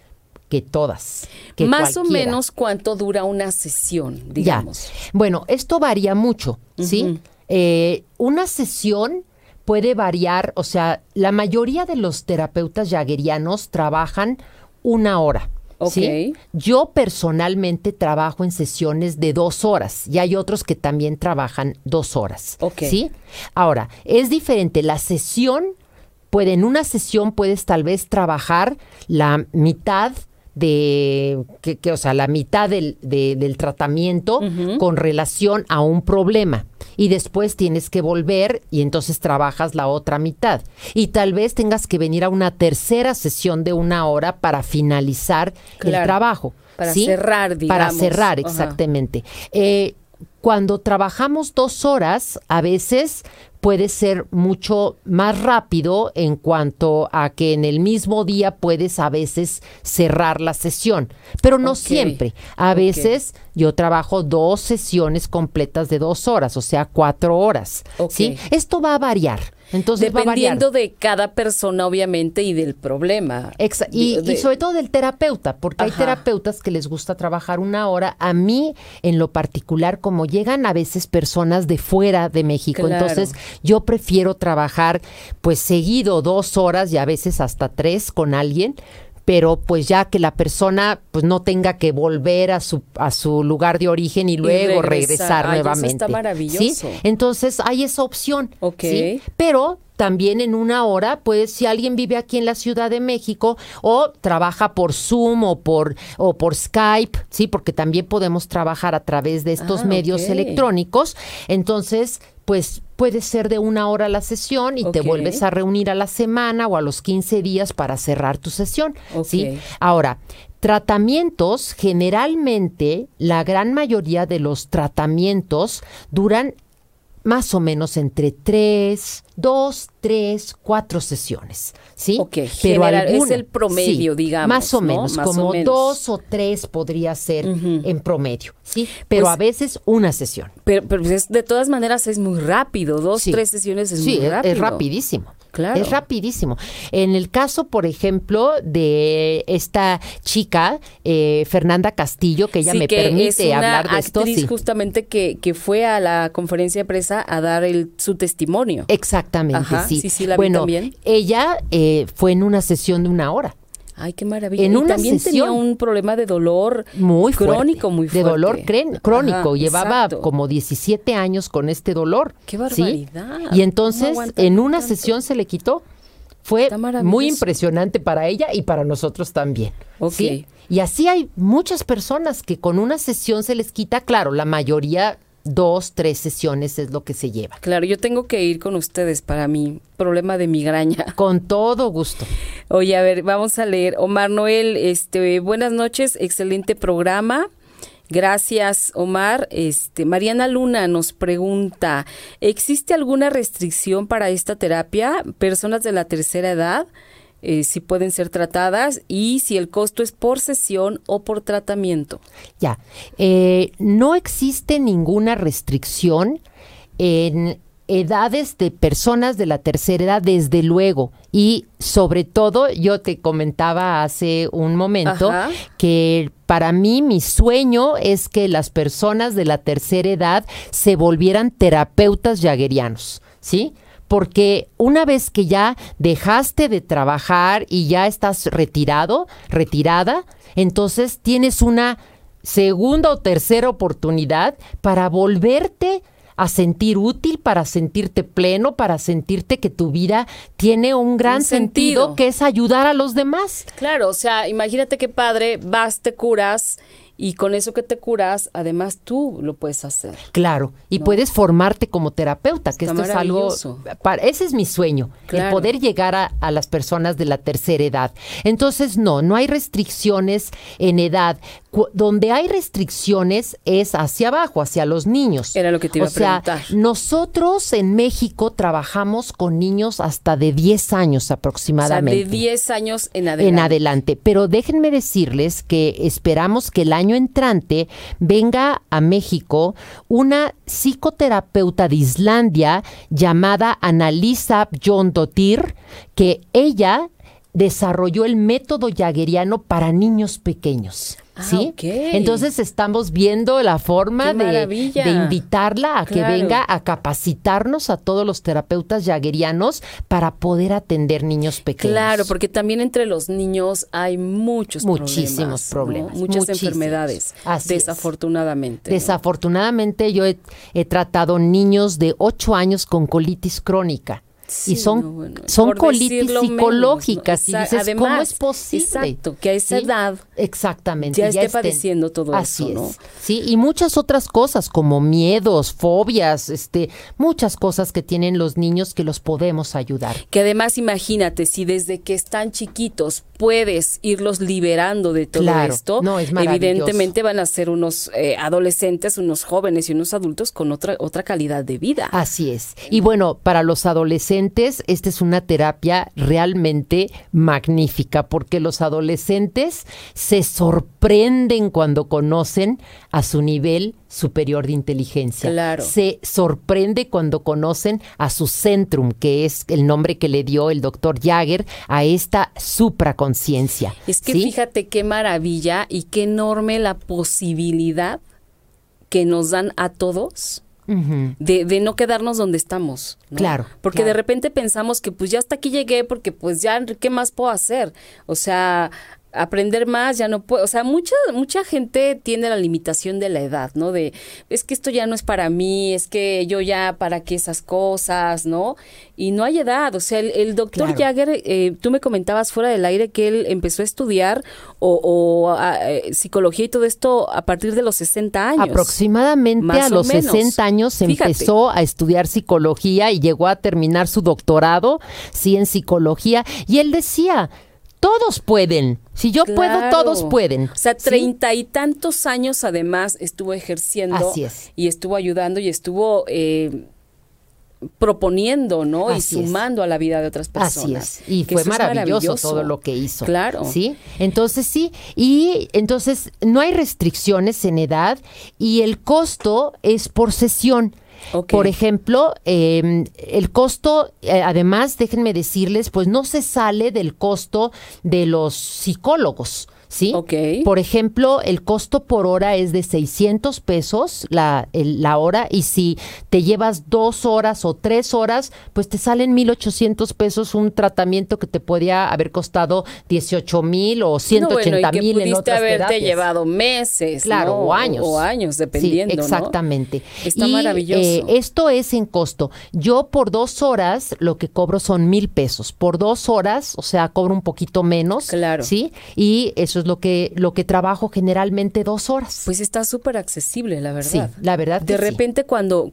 que todas. Que más cualquiera. O menos, ¿cuánto dura una sesión, digamos? Ya. Bueno, esto varía mucho, ¿sí? Una sesión puede variar, o sea, la mayoría de los terapeutas jaggerianos trabajan 1 hora. ¿Sí? Yo personalmente trabajo en sesiones de 2 horas y hay otros que también trabajan 2 horas. ¿Sí? Ahora, es diferente. La sesión, en una sesión puedes tal vez trabajar la mitad o sea, la mitad del tratamiento con relación a un problema. Y después tienes que volver y entonces trabajas la otra mitad. Y tal vez tengas que venir a una tercera sesión de 1 hora para finalizar el trabajo. Para cerrar, digamos. Para cerrar, exactamente. Cuando trabajamos 2 horas, a veces puede ser mucho más rápido en cuanto a que en el mismo día puedes a veces cerrar la sesión, pero no siempre. A veces yo trabajo 2 sesiones completas de 2 horas, o sea, 4 horas. ¿Sí? Esto va a variar. Entonces dependiendo de cada persona, obviamente, y del problema. Y sobre todo del terapeuta, porque hay terapeutas que les gusta trabajar 1 hora. A mí, en lo particular, como llegan a veces personas de fuera de México, entonces yo prefiero trabajar pues seguido 2 horas y a veces hasta 3 con alguien, pero pues ya que la persona pues no tenga que volver a su lugar de origen y luego regresar nuevamente. Eso está maravilloso. ¿Sí? Entonces hay esa opción. ¿Sí? Pero también en 1 hora, pues si alguien vive aquí en la Ciudad de México o trabaja por Zoom o por Skype, sí, porque también podemos trabajar a través de estos medios electrónicos, entonces pues puede ser de 1 hora la sesión y te vuelves a reunir a la semana o a los 15 días para cerrar tu sesión. ¿Sí? Ahora, tratamientos, generalmente la gran mayoría de los tratamientos duran más o menos entre 2, 3, 4 sesiones, ¿sí? Pero es el promedio, digamos, más o menos, ¿no? como 2 o 3 podría ser en promedio, ¿sí? Pero pues, a veces una sesión. Pero de todas maneras es muy rápido, 2, 3 sesiones es muy rápido. Es rapidísimo. Claro. Es rapidísimo. En el caso, por ejemplo, de esta chica, Fernanda Castillo, que ella me permite hablar de esto. Sí, actriz justamente que fue a la conferencia de prensa a dar su testimonio. Exactamente, Ajá, sí. Sí, la vi también. Ella fue en una sesión de 1 hora. Ay, qué maravilla. En una también sesión tenía un problema de dolor muy crónico, muy fuerte. De dolor crónico. Ajá, llevaba exacto. como 17 años con este dolor. ¡Qué barbaridad! ¿Sí? Y entonces, en una tanto? sesión se le quitó. Fue muy impresionante para ella y para nosotros también. Ok. ¿Sí? Y así hay muchas personas que con una sesión se les quita. Claro, la mayoría 2, 3 sesiones es lo que se lleva. Claro, yo tengo que ir con ustedes para mi problema de migraña. Con todo gusto. Oye, a ver, vamos a leer. Omar Noel, buenas noches, excelente programa. Gracias, Omar. Mariana Luna nos pregunta, ¿existe alguna restricción para esta terapia? Personas de la tercera edad, si pueden ser tratadas y si el costo es por sesión o por tratamiento. Ya, no existe ninguna restricción en edades de personas de la tercera edad, desde luego. Y sobre todo, yo te comentaba hace un momento que para mí mi sueño es que las personas de la tercera edad se volvieran terapeutas jaggerianos, ¿sí? Porque una vez que ya dejaste de trabajar y ya estás retirada, entonces tienes una segunda o tercera oportunidad para volverte a sentir útil, para sentirte pleno, para sentirte que tu vida tiene un gran sentido, que es ayudar a los demás. Claro, o sea, imagínate qué padre, vas, te curas y con eso que te curas, además tú lo puedes hacer. Claro, y puedes formarte como terapeuta, que Está esto es algo, ese es mi sueño, el poder llegar a las personas de la tercera edad. Entonces, no hay restricciones en edad. Donde hay restricciones es hacia abajo, hacia los niños. Era lo que te iba a preguntar. Nosotros en México trabajamos con niños hasta de 10 años aproximadamente. O sea, de 10 años en adelante. En adelante. Pero déjenme decirles que esperamos que el año entrante venga a México una psicoterapeuta de Islandia llamada Annalisa Jónsdóttir, que ella desarrolló el método jaggeriano para niños pequeños. ¿Sí? Okay. Entonces estamos viendo la forma de invitarla a que venga a capacitarnos a todos los terapeutas jaggerianos para poder atender niños pequeños. Claro, porque también entre los niños hay muchísimos problemas, ¿no? Muchas enfermedades, desafortunadamente. Desafortunadamente yo he tratado niños de 8 años con colitis crónica. Sí, y son colitis psicológicas. ¿No? Y dices, además, ¿cómo es posible? Exacto, que a esa edad exactamente, ya esté padeciendo todo así eso, ¿no? Es. Sí, y muchas otras cosas como miedos, fobias, muchas cosas que tienen los niños que los podemos ayudar. Que además, imagínate, si desde que están chiquitos puedes irlos liberando de todo esto, es evidentemente van a ser unos adolescentes, unos jóvenes y unos adultos con otra calidad de vida. Así es. Y bueno, para los adolescentes, esta es una terapia realmente magnífica porque los adolescentes se sorprenden cuando conocen a su nivel superior de inteligencia. Claro. Se sorprende cuando conocen a su centrum, que es el nombre que le dio el doctor Jagger a esta supraconciencia. Es que fíjate qué maravilla y qué enorme la posibilidad que nos dan a todos de no quedarnos donde estamos, ¿no? Claro. Porque de repente pensamos que pues ya hasta aquí llegué porque pues ya ¿qué más puedo hacer? O sea, aprender más ya no puedo, o sea, mucha gente tiene la limitación de la edad, ¿no? De, es que esto ya no es para mí, es que yo ya para qué esas cosas, ¿no? Y no hay edad, o sea, el doctor Jagger, tú me comentabas fuera del aire que él empezó a estudiar psicología y todo esto a partir de los 60 años. Aproximadamente más a los 60 años empezó a estudiar psicología y llegó a terminar su doctorado, sí, en psicología, y él decía, todos pueden. Si yo puedo, todos pueden. O sea, 30 y tantos años además estuvo ejerciendo. Así es. Y estuvo ayudando y estuvo proponiendo, ¿no? Así y sumando a la vida de otras personas. Así es. Y fue maravilloso todo lo que hizo. Claro. ¿Sí? Entonces, sí. Y entonces no hay restricciones en edad y el costo es por sesión. Ok. Por ejemplo, el costo, además, déjenme decirles, pues no se sale del costo de los psicólogos. ¿Sí? Ok. Por ejemplo, el costo por hora es de 600 pesos la hora, y si te llevas 2 horas o 3 horas, pues te salen 1,800 pesos un tratamiento que te podía haber costado 18,000 o 180,000 en otras haberte terapias. llevado meses, Claro, ¿no? o años. O años, dependiendo, Sí, exactamente. ¿no? Está Y, maravilloso. esto es en costo. Yo por 2 horas lo que cobro son 1,000 pesos. Por 2 horas, o sea, cobro un poquito menos. Claro. ¿Sí? Y eso es lo que trabajo generalmente 2 horas. Pues está súper accesible, la verdad. Sí, la verdad que De repente cuando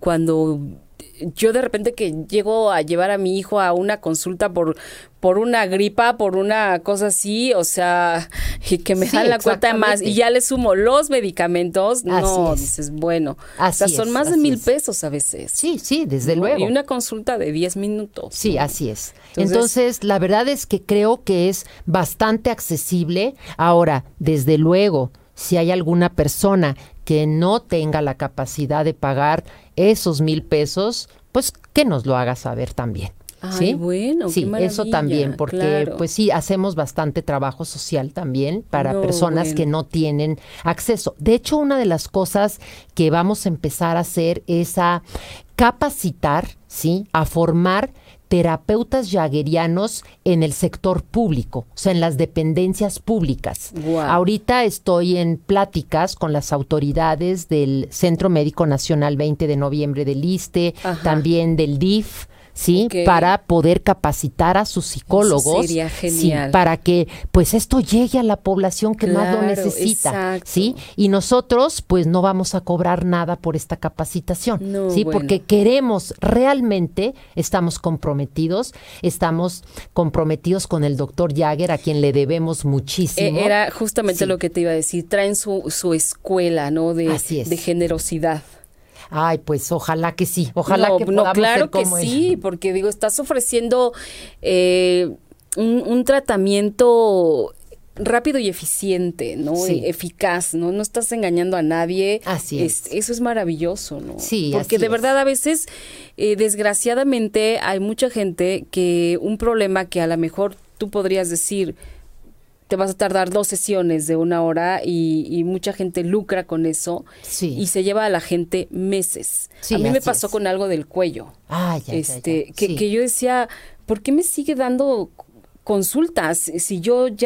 yo de repente que llego a llevar a mi hijo a una consulta por una gripa, por una cosa así, o sea, y que me Sí, dan la cuenta más exactamente. y ya le sumo los medicamentos, no, Así es. dices, bueno, Así o sea, son es, más de así 1,000 es. pesos a veces. Sí, sí, desde ¿no? luego. Y una consulta de 10 minutos. Sí, ¿no? así es. Entonces- Entonces, la verdad es que creo que es bastante accesible. Ahora, desde luego, si hay alguna persona que no tenga la capacidad de pagar esos 1,000 pesos, pues que nos lo haga saber también. Ay, ¿Sí? bueno, Sí, qué maravilla, eso también, porque claro. pues sí, hacemos bastante trabajo social también para No, personas bueno. que no tienen acceso. De hecho, una de las cosas que vamos a empezar a hacer es a capacitar, ¿sí? A formar terapeutas jaguerianos en el sector público, o sea, en las dependencias públicas. Guau. Ahorita estoy en pláticas con las autoridades del Centro Médico Nacional 20 de noviembre del ISSSTE, Ajá. también del DIF, ¿sí? Ok. Para poder capacitar a sus psicólogos. Eso sería sí, genial. para que pues esto llegue a la población que más lo Claro, necesita, exacto. ¿sí? Y nosotros pues no vamos a cobrar nada por esta capacitación, No, ¿sí? bueno. Porque queremos, realmente estamos comprometidos con el doctor Jagger, a quien le debemos muchísimo. Era justamente Sí. lo que te iba a decir, traen su escuela, ¿no? Así es. De generosidad. Ay, pues ojalá que sí, ojalá no, que no, podamos claro ser que como él. sí, porque digo, estás ofreciendo un tratamiento rápido y eficiente, ¿no? Sí. Eficaz, ¿no? No estás engañando a nadie. Así es. Eso es maravilloso, ¿no? Sí, porque así de es. verdad a veces, desgraciadamente, hay mucha gente que un problema que a lo mejor tú podrías decir, te vas a tardar 2 sesiones de 1 hora y mucha gente lucra con eso Sí. y se lleva a la gente meses. Sí, a mí me así pasó es. con algo del cuello. Ah, ya, ya, ya. Sí. Que yo decía, ¿por qué me sigue dando consultas? Si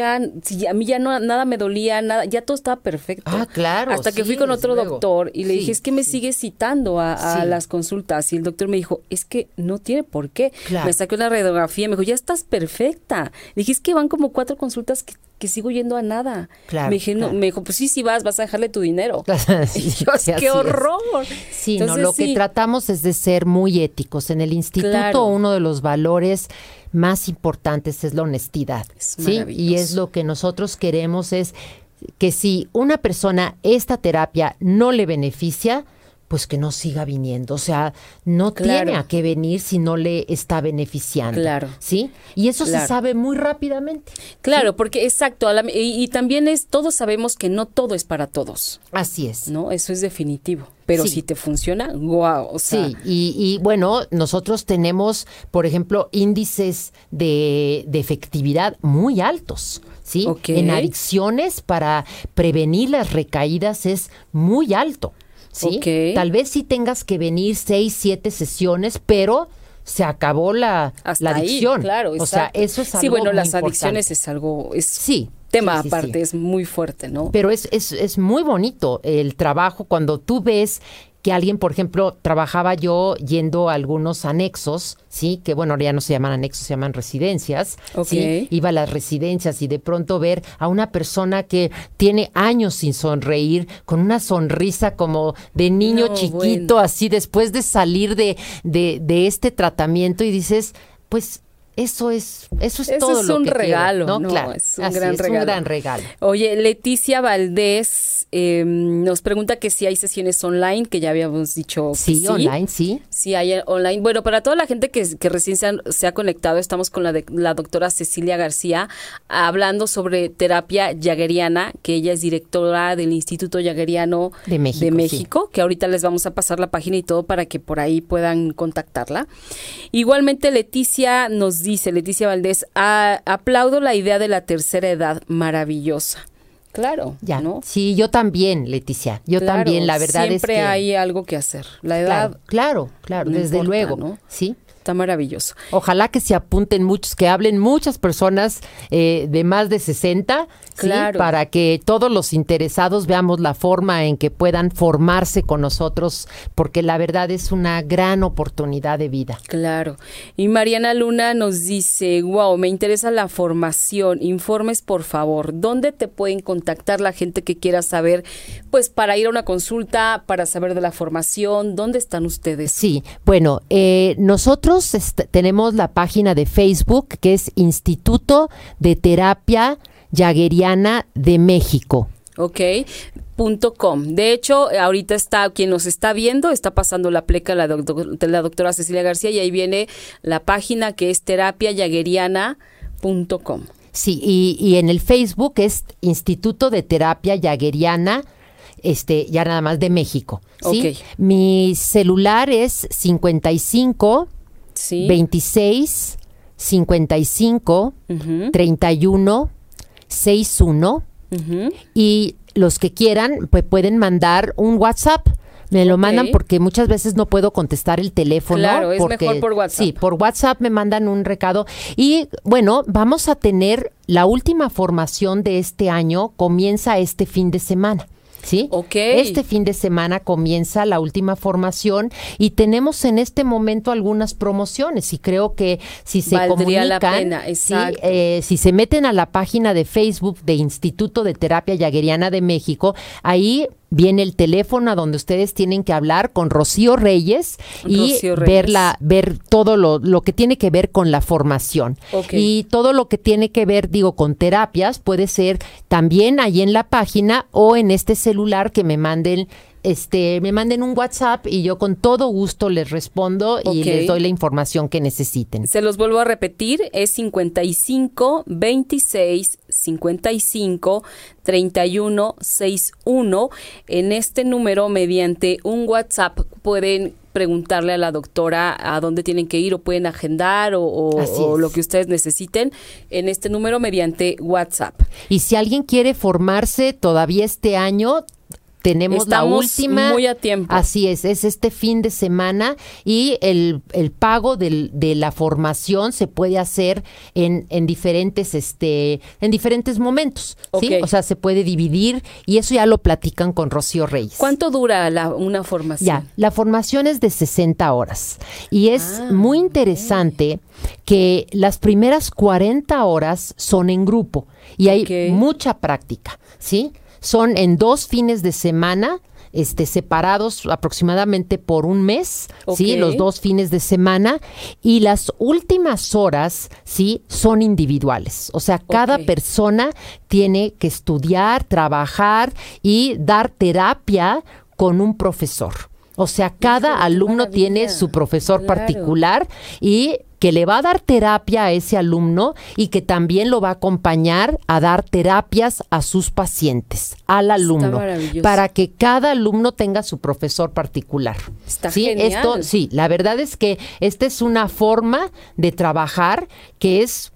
a mí ya nada me dolía, nada, ya todo estaba perfecto. Ah, claro, Hasta que sí, fui con otro desde luego. doctor y le Sí, dije, es que me sí. sigue citando a Sí. las consultas. Y el doctor me dijo, es que no tiene por qué. Claro. Me saqué una radiografía y me dijo, ya estás perfecta. Le dije, es que van como 4 consultas que sigo yendo a nada. Claro, Me dije, claro. me dijo, pues sí vas a dejarle tu dinero. Sí, Y yo, sí, así ¡qué es. horror! Sí, Entonces, no, lo que sí. tratamos es de ser muy éticos. En el instituto Claro. uno de los valores más importantes es la honestidad, Es ¿sí? Y maravilloso. es lo que nosotros queremos, es que si una persona esta terapia no le beneficia, pues que no siga viniendo. O sea, no Claro. tiene a qué venir si no le está beneficiando. Claro. ¿Sí? Y eso Claro. se sabe muy rápidamente. Claro, porque exacto, y también todos sabemos que no todo es para todos, Así es. ¿no? Eso es definitivo. Pero Sí. si te funciona, guau, o sea, Sí, y bueno, nosotros tenemos, por ejemplo, índices de efectividad muy altos, ¿sí? Ok. En adicciones, para prevenir las recaídas, es muy alto, ¿sí? Ok. Tal vez sí tengas que venir 6, 7 sesiones, pero se acabó la hasta adicción. ahí, claro, o sea, exacto. eso es algo Sí, bueno, muy las importante. adicciones es algo, es Sí. tema sí, sí, aparte, sí. es muy fuerte, ¿no? Pero es muy bonito el trabajo cuando tú ves que alguien, por ejemplo, trabajaba yo yendo a algunos anexos, ¿sí? Que bueno, ahora ya no se llaman anexos, se llaman residencias, Ok. ¿sí? Iba a las residencias y de pronto ver a una persona que tiene años sin sonreír, con una sonrisa como de niño No, chiquito, bueno. así después de salir de este tratamiento y dices, pues Eso es todo lo que regalo, quiero, ¿no? Claro, es un gran regalo. Un gran regalo. Oye, Leticia Valdés nos pregunta que si hay sesiones online, que ya habíamos dicho que sí. Online, sí. Sí, hay online. Bueno, para toda la gente que recién se ha conectado, estamos con la doctora Cecilia García hablando sobre terapia jagueriana, que ella es directora del Instituto Jagueriano de México, que ahorita les vamos a pasar la página y todo para que por ahí puedan contactarla. Igualmente, Leticia Valdés, aplaudo la idea de la tercera edad, maravillosa. Claro, ya, ¿no? Sí, yo también, Leticia, también, la verdad es que... Siempre hay algo que hacer, la edad... Claro, no desde importa, luego, ¿no? Sí. Está maravilloso. Ojalá que se apunten muchos, que hablen muchas personas de más de 60, claro. ¿sí? Para que todos los interesados veamos la forma en que puedan formarse con nosotros, porque la verdad es una gran oportunidad de vida. Claro. Y Mariana Luna nos dice, wow, me interesa la formación, informes por favor, ¿dónde te pueden contactar la gente que quiera saber, pues para ir a una consulta, para saber de la formación, ¿dónde están ustedes? Sí, bueno, nosotros tenemos la página de Facebook que es Instituto de Terapia Jagueriana de México. Ok, .com. De hecho, ahorita quien nos está viendo, está pasando la pleca de la doctora Cecilia García y ahí viene la página que es terapiajagueriana.com. Sí, y en el Facebook es Instituto de Terapia Jagueriana, ya nada más de México. ¿Sí? Okay. Mi celular es 55 sí. 26 55 31 61 y los que quieran pues pueden mandar un WhatsApp. Me lo mandan porque muchas veces no puedo contestar el teléfono. Claro, es porque, mejor por WhatsApp. Sí, por WhatsApp me mandan un recado. Y bueno, vamos a tener la última formación de este año, comienza este fin de semana. ¿Sí? Okay. Este fin de semana comienza la última formación y tenemos en este momento algunas promociones y creo que si se valdría comunican, la pena. Exacto. si se meten a la página de Facebook de Instituto de Terapia Jagueriana de México, ahí viene el teléfono a donde ustedes tienen que hablar con Rocío Reyes y ver todo lo que tiene que ver con la formación. Y todo lo que tiene que ver, con terapias, puede ser también ahí en la página o en este celular que me manden un WhatsApp y yo con todo gusto les respondo y les doy la información que necesiten. Se los vuelvo a repetir, es 55 26 55 31 61. En este número, mediante un WhatsApp, pueden preguntarle a la doctora a dónde tienen que ir o pueden agendar o lo que ustedes necesiten en este número mediante WhatsApp. Y si alguien quiere formarse todavía este año, tenemos la última. Muy a tiempo. Así es este fin de semana y el pago de la formación se puede hacer en diferentes momentos. ¿Sí? O sea, se puede dividir y eso ya lo platican con Rocío Reyes. ¿Cuánto dura una formación? Ya, la formación es de 60 horas y es muy interesante que las primeras 40 horas son en grupo y hay mucha práctica, ¿sí? Son en 2 fines de semana, separados aproximadamente por un mes, ¿sí? Los 2 fines de semana y las últimas horas, ¿sí? Son individuales. O sea, cada persona tiene que estudiar, trabajar y dar terapia con un profesor. O sea, cada alumno tiene su profesor particular y que le va a dar terapia a ese alumno y que también lo va a acompañar a dar terapias a sus pacientes, al alumno, para que cada alumno tenga su profesor particular. Está ¿Sí? genial. La verdad es que esta es una forma de trabajar que es,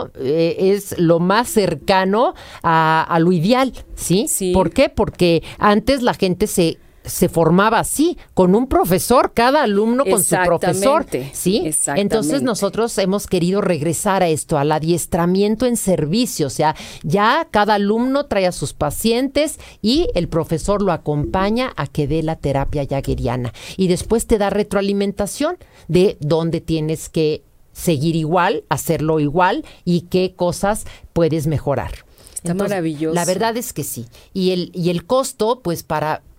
es lo más cercano a lo ideal, ¿sí? ¿Por qué? Porque antes la gente se formaba así, con un profesor, cada alumno con su profesor, ¿sí? Entonces nosotros hemos querido regresar a esto, al adiestramiento en servicio, o sea, ya cada alumno trae a sus pacientes y el profesor lo acompaña a que dé la terapia jagueriana y después te da retroalimentación de dónde tienes que seguir igual, hacerlo igual y qué cosas puedes mejorar. Está maravilloso. La verdad es que sí. Y el costo, pues para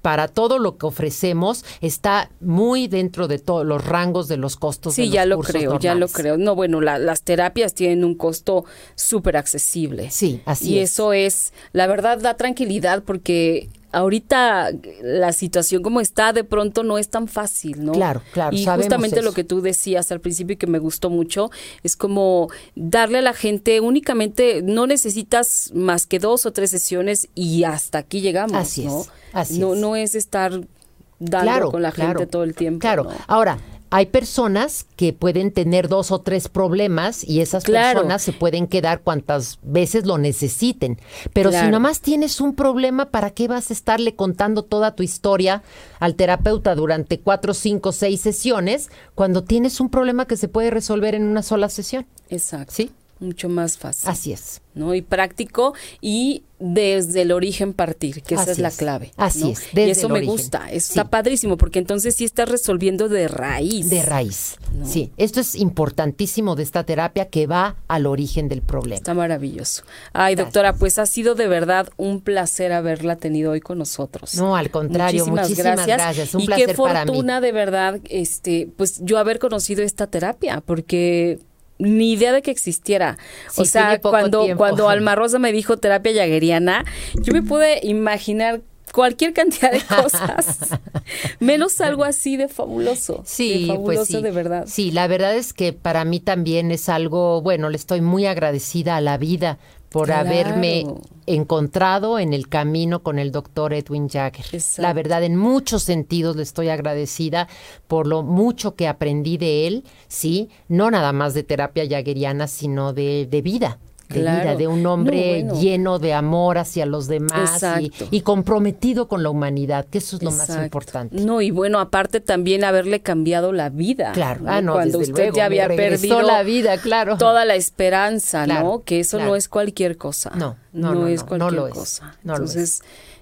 para todo lo que ofrecemos está muy dentro de todos los rangos de los costos de Sí, los ya lo cursos creo, normales. ya lo creo. No, bueno, las terapias tienen un costo súper accesible. Sí, así y es. eso es, la verdad, da tranquilidad porque ahorita la situación como está de pronto no es tan fácil, ¿no? Claro, Y sabemos justamente eso. lo que tú decías al principio y que me gustó mucho es como darle a la gente únicamente, no necesitas más que 2 o 3 sesiones y hasta aquí llegamos, Así ¿no? es, así no, es. no es estar dando con la gente todo el tiempo. Claro. ¿no? Ahora, hay personas que pueden tener 2 o 3 problemas y esas Claro. personas se pueden quedar cuantas veces lo necesiten. Pero si Claro. nomás tienes un problema, ¿para qué vas a estarle contando toda tu historia al terapeuta durante 4, 5, 6 sesiones cuando tienes un problema que se puede resolver en una sola sesión? Exacto. ¿Sí? Mucho más fácil. Así es. ¿No? Y práctico y desde el origen partir, que esa Así es la es. clave. Así ¿no? es, desde y eso el me origen. gusta, eso Sí. está padrísimo, porque entonces sí estás resolviendo de raíz. De raíz. No. Sí, esto es importantísimo de esta terapia que va al origen del problema. Está maravilloso. Ay, Gracias. doctora, pues ha sido de verdad un placer haberla tenido hoy con nosotros. No, al contrario, muchísimas gracias. Un y placer qué para mí. fortuna de verdad, pues yo haber conocido esta terapia, porque ni idea de que existiera. Sí, O sea, tiene poco tiempo. cuando Alma Rosa me dijo terapia jagueriana, yo me pude imaginar cualquier cantidad de cosas, menos algo así de fabuloso. Sí, de fabuloso, pues sí. de verdad. Sí, la verdad es que para mí también es algo, bueno, le estoy muy agradecida a la vida por Claro. haberme encontrado en el camino con el doctor Edwin Jagger. Exacto. La verdad, en muchos sentidos le estoy agradecida por lo mucho que aprendí de él, sí, no nada más de terapia jaggeriana, sino de vida. De Claro. vida, de un hombre No, bueno. lleno de amor hacia los demás Exacto. y comprometido con la humanidad, que eso es lo más Exacto. importante. No, y bueno, aparte también haberle cambiado la vida. Claro, ¿no? no, Cuando desde usted luego, ya había me regresó perdido la vida, claro. toda la esperanza, Claro, ¿no? Que eso claro. no es cualquier cosa. No es no cualquier lo es, cosa. no lo Entonces,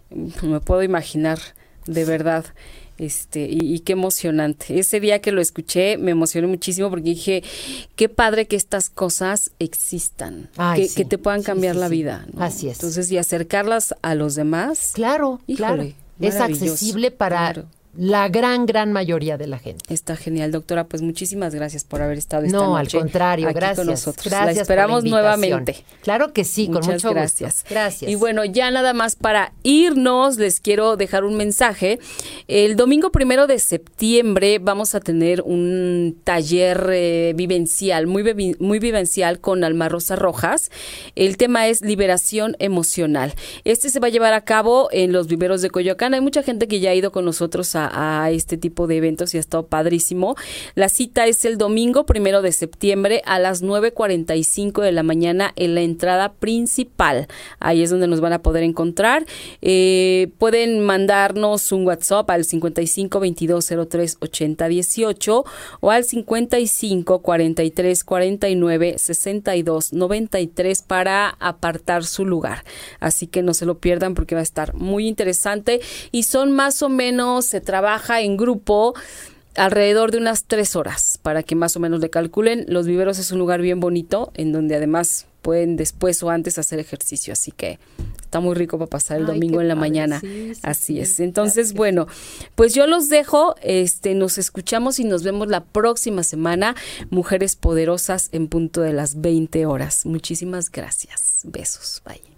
me puedo imaginar, de verdad. Y qué emocionante. Ese día que lo escuché me emocioné muchísimo porque dije, qué padre que estas cosas existan, Ay, sí. que te puedan Sí, cambiar sí, la sí. vida, ¿no? Así es. Entonces, y acercarlas a los demás. Claro, claro. Híjole, Es maravilloso, accesible para claro. la gran mayoría de la gente. Está genial, doctora. Pues muchísimas gracias por haber estado esta No, al noche contrario, aquí gracias. con nosotros. Gracias La por esperamos invitación. nuevamente. Claro que sí, con Muchas mucho gracias. gusto. Gracias. Y bueno, ya nada más para irnos, les quiero dejar un mensaje. El domingo 1 de septiembre vamos a tener un taller vivencial, muy vivencial con Alma Rosa Rojas. El tema es liberación emocional. Este se va a llevar a cabo en los viveros de Coyoacán. Hay mucha gente que ya ha ido con nosotros a este tipo de eventos y ha estado padrísimo. La cita es el domingo 1 de septiembre a las 9:45 de la mañana en la entrada principal. Ahí es donde nos van a poder encontrar. Pueden mandarnos un WhatsApp al 55 22 03 80 18 o al 55 43 49 62 93 para apartar su lugar. Así que no se lo pierdan porque va a estar muy interesante y son más o menos, se trabaja en grupo alrededor de unas 3 horas para que más o menos le calculen. Los viveros es un lugar bien bonito en donde además pueden después o antes hacer ejercicio, así que está muy rico para pasar el Ay, domingo qué en la padre, mañana. sí, Así sí, es. claro Entonces, que bueno, pues yo los dejo, nos escuchamos y nos vemos la próxima semana, Mujeres Poderosas en punto de las 20 horas. Muchísimas gracias. Besos. Bye.